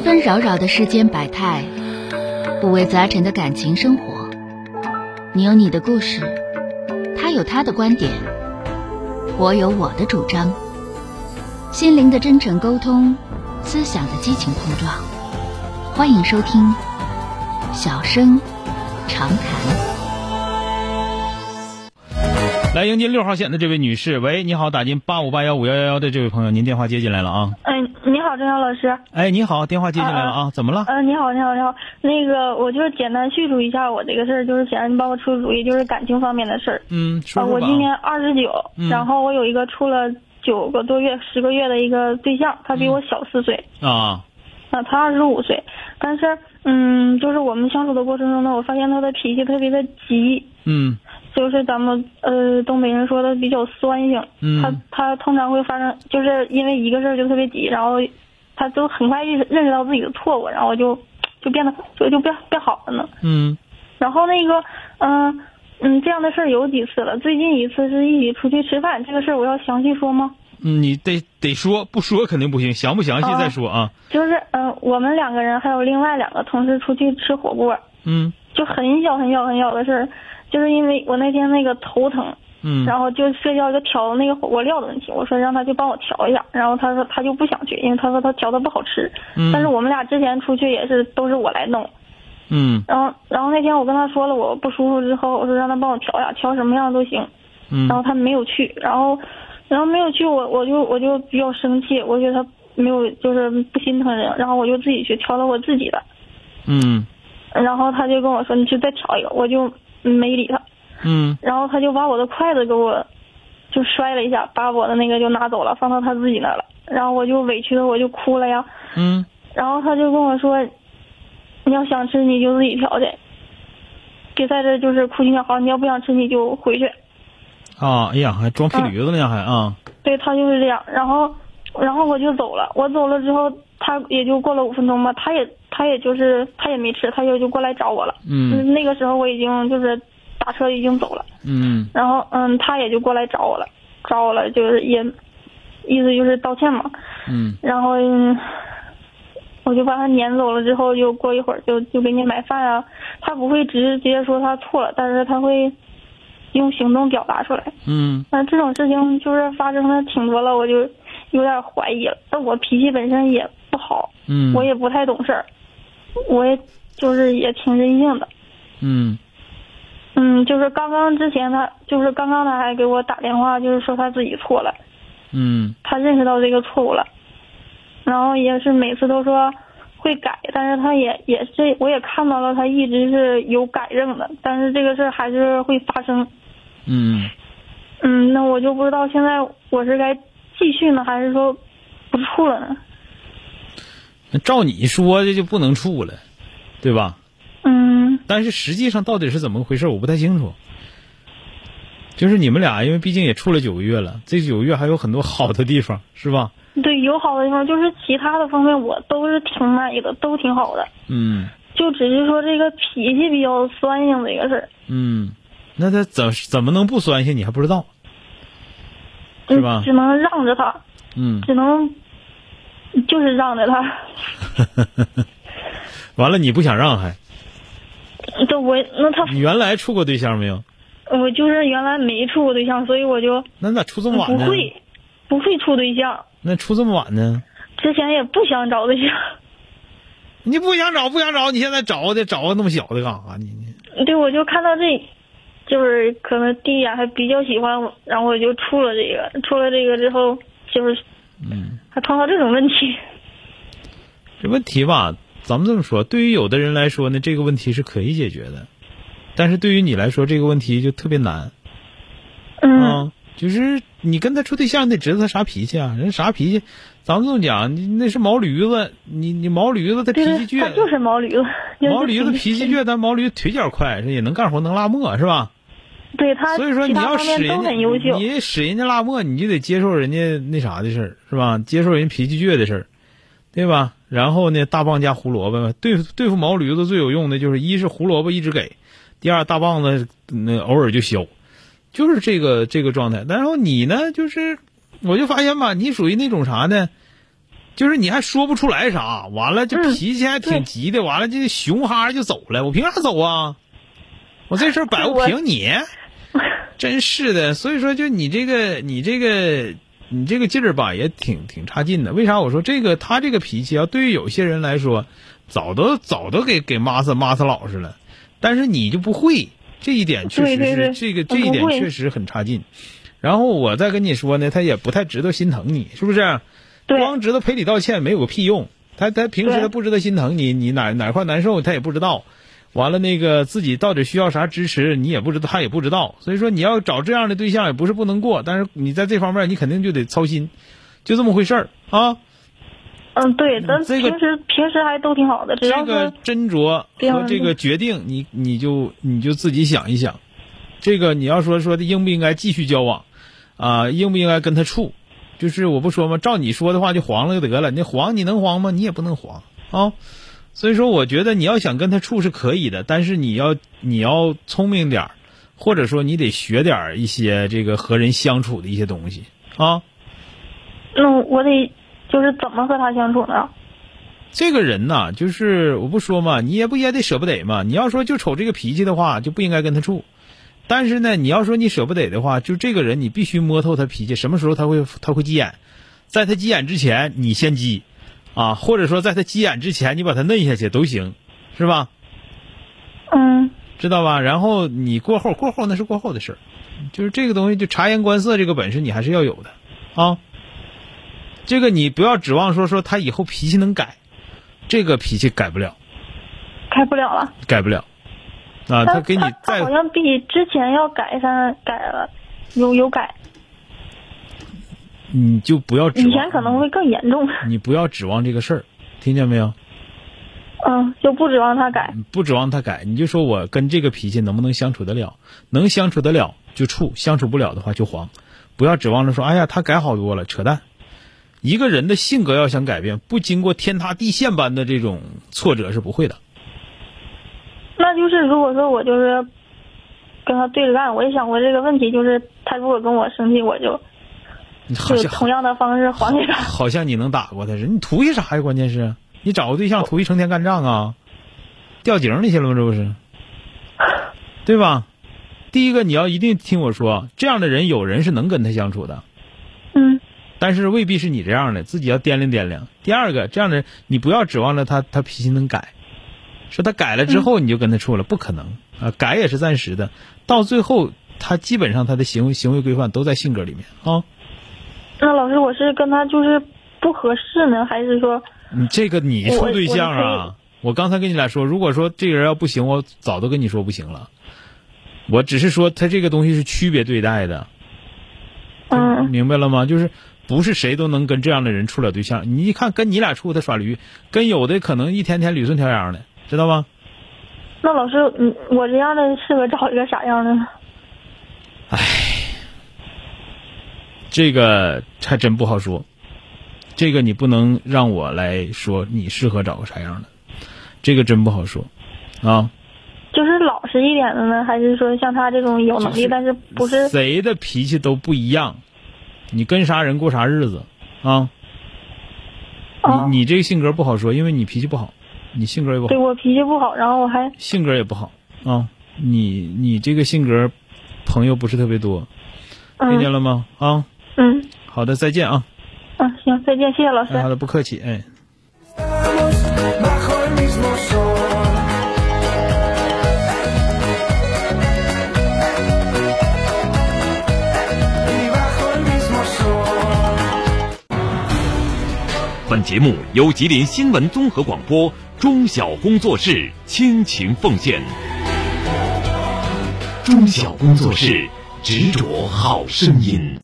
纷扰扰的世间百态，五味杂陈的感情生活。你有你的故事，他有他的观点，我有我的主张。心灵的真诚沟通，思想的激情碰撞。欢迎收听小声长谈。 来迎接6号线的这位女士，喂，你好，打进85815111的这位朋友，您电话接进来了啊。 你好，郑晓老师。 哎，你好，电话接进来了啊，怎么了？ 你好。那个，我就是简单叙述一下我这个事儿，就是想让你帮我出主意，就是感情方面的事儿。 说吧。 我今年29，然后我有一个处了9个多月、10个月的一个对象，他比我小4岁。他25岁，但是就是我们相处的过程中呢，我发现他的脾气特别的急。就是咱们东北人说的比较酸性。他通常会发生，就是因为一个事儿就特别急，然后他就很快认识到自己的错误，然后就变好了呢。然后那个这样的事儿有几次了，最近一次是一起出去吃饭，这个事儿我要详细说吗？ 你得说，不说肯定不行，详不详细再说啊。 就是我们2个人还有另外2个同事出去吃火锅。就很小的事儿，就是因为我那天那个头疼。然后就涉及到一个调那个火锅料的问题，我说让他去帮我调一下，然后他说他就不想去，因为他说他调的不好吃。但是我们俩之前出去也是都是我来弄。然后那天我跟他说了我不舒服之后，我说让他帮我调一下，调什么样都行。然后他没有去，然后没有去，我就比较生气，我觉得他没有就是不心疼人，然后我就自己去调了我自己的。然后他就跟我说你去再调一个，我就没理他。然后他就把我的筷子给我就摔了一下，把我的那个就拿走了，放到他自己那了。然后我就委屈的我就哭了呀。然后他就跟我说你要想吃你就自己调去，别在这就是哭泣好，你要不想吃你就回去。 哎呀，还装屁驴子呢还啊。对， 他就是这样。然后我就走了，我走了之后他也就过了5分钟吧，他也就是他也没吃，他就过来找我了。那个时候我已经就是打车已经走了。然后他也就过来找我了，就是也意思就是道歉嘛。然后我就把他撵走了之后，就过一会儿就给你买饭啊。他不会直接说他错了，但是他会用行动表达出来。但这种事情就是发生的挺多了，我就有点怀疑了。但我脾气本身也不好。我也不太懂事儿，我也就是也挺任性的。就是刚刚他还给我打电话，就是说他自己错了。他认识到这个错误了，然后也是每次都说会改，但是他也是我也看到了他一直是有改正的，但是这个事还是会发生。那我就不知道现在我是该继续呢，还是说不处了呢？ 照你说的就不能处了，对吧？但是实际上到底是怎么回事我不太清楚。就是你们俩因为毕竟也处了9个月了，这9个月还有很多好的地方是吧？ 对，有好的地方，就是其他的方面我都是挺满意的，都挺好的。就只是说这个脾气比较酸性的一个事儿。 那他怎么能不酸性你还不知道是吧？ 只能让着他。只能就是让着他。 完了你不想让还？ 他你原来处过对象没有？ 我就是原来没处过对象，所以我就那咋处这么晚呢？ 不会处对象。 那处这么晚呢？ 之前也不想找对象。 你不想找，你现在找那么小的干啥？你对，我就看到就是可能第一眼还比较喜欢我，然后我就处了这个之后，就是还碰到这种问题。 这问题吧，咱们这么说，对于有的人来说呢，这个问题是可以解决的，但是对于你来说，这个问题就特别难。就是你跟他处对象，你得知道他啥脾气啊，人啥脾气，咱们这么讲，你那是毛驴子，你毛驴子他脾气倔， 他就是毛驴子， 毛驴子脾气倔，但毛驴腿脚快，也能干活能拉磨是吧？ 对，他所以说你要使人家， 你使人家拉磨，你就得接受人家那啥的事儿是吧？接受人家脾气倔的事儿，对吧？然后呢，大棒加胡萝卜，对付毛驴子最有用的就是一是胡萝卜一直给，第二大棒子那偶尔就削。就是这个状态。然后你呢，就是我就发现吧，你属于那种啥呢， 就是你还说不出来啥，完了这脾气还挺急的，完了这熊哈就走了，我凭啥走啊？我这事摆不平你，真是的。所以说，就你这个劲儿吧，也挺差劲的。为啥我说他这个脾气啊，对于有些人来说，早都给骂死老实了，但是你就不会，这一点确实是这一点确实很差劲。然后我再跟你说呢，他也不太知道心疼你，是不是？光知道赔礼道歉没有个屁用，他平时他不知道心疼你哪块难受他也不知道，完了那个自己到底需要啥支持你也不知道，他也不知道。所以说你要找这样的对象也不是不能过，但是你在这方面你肯定就得操心，就这么回事儿啊。 对，咱平时还都挺好的，只要这个斟酌和这个决定你就自己想一想，这个你要说应不应该继续交往啊，应不应该跟他处，就是我不说吗？照你说的话就黄了就得了，你黄你能黄吗？你也不能黄啊。所以说我觉得你要想跟他处是可以的，但是你要聪明点，或者说你得学点一些这个和人相处的一些东西啊。 那我得就是怎么和他相处呢？ 这个人呐，就是我不说嘛，你也得舍不得嘛。你要说就瞅这个脾气的话，就不应该跟他处。但是呢，你要说你舍不得的话，就这个人你必须摸透他脾气，什么时候他会急眼，在他急眼之前你先急啊，或者说在他急眼之前你把他嫩下去都行，是吧？知道吧？然后你过后那是过后的事儿，就是这个东西就察言观色这个本事你还是要有的啊。这个你不要指望说他以后脾气能改，这个脾气改不了啊。他给你他好像比之前要改了，有改。 你就不要指望， 以前可能会更严重。 你不要指望这个事儿，听见没有？ 就不指望他改， 你就说我跟这个脾气能不能相处得了？能相处得了就处，相处不了的话就黄。不要指望着说，哎呀，他改好多了，扯淡。一个人的性格要想改变，不经过天塌地陷般的这种挫折是不会的。 那就是如果说我就是跟他对着干，我也想过这个问题，就是他如果跟我生气，我就同样的方式还给他。 好像你能打过他似的，你图一啥呀？关键是你找个对象图一成天干仗啊，掉井里去了吗？这不是，对吧？第一个你要一定听我说，这样的人有人是能跟他相处的，但是未必是你这样的，自己要掂量。第二个，这样的人你不要指望着他脾气能改，说他改了之后你就跟他处了，不可能啊，改也是暂时的，到最后他基本上他的行为规范都在性格里面啊。 那老师，我是跟他就是不合适呢，还是说这个你处对象啊？我刚才跟你俩说，如果说这个人要不行，我早都跟你说不行了。我只是说他这个东西是区别对待的，明白了吗？就是不是谁都能跟这样的人处了对象。你一看跟你俩处他耍驴，跟有的可能一天天捋顺条秧的，知道吗？ 那老师，我这样的适合找一个啥样的呢？ 这个还真不好说，这个你不能让我来说你适合找个啥样的，这个真不好说啊。 就是老实一点的呢，还是说像他这种有能力，但是不是谁的脾气都不一样，你跟啥人过啥日子啊？你这个性格不好说，因为你脾气不好，你性格也不好。 对，我脾气不好，然后我还性格也不好啊。你这个性格朋友不是特别多，听见了吗？啊。好的，再见啊。 行，再见，谢谢老师。 好的，不客气，哎。 本节目由吉林新闻综合广播中小工作室倾情奉献。中小工作室，执着好声音。